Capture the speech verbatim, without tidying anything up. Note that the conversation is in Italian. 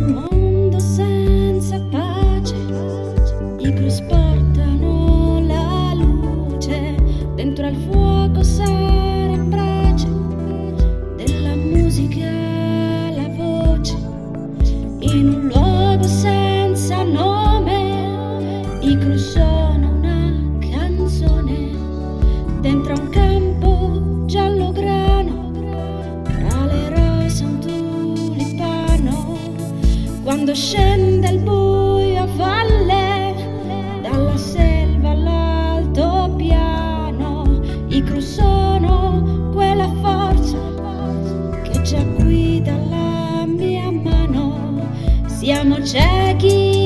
mondo senza pace, i cruz portano la luce, dentro al fuoco sarà brace, della musica la voce, in un luogo senza nome, i cruz sono una canzone, dentro a un campo giallo grano, tra le rose un tulipano, quando scende il buio a valle, dalla selva all'altopiano, i cruz sono quella forza che già guida la mia mano. Siamo ciechi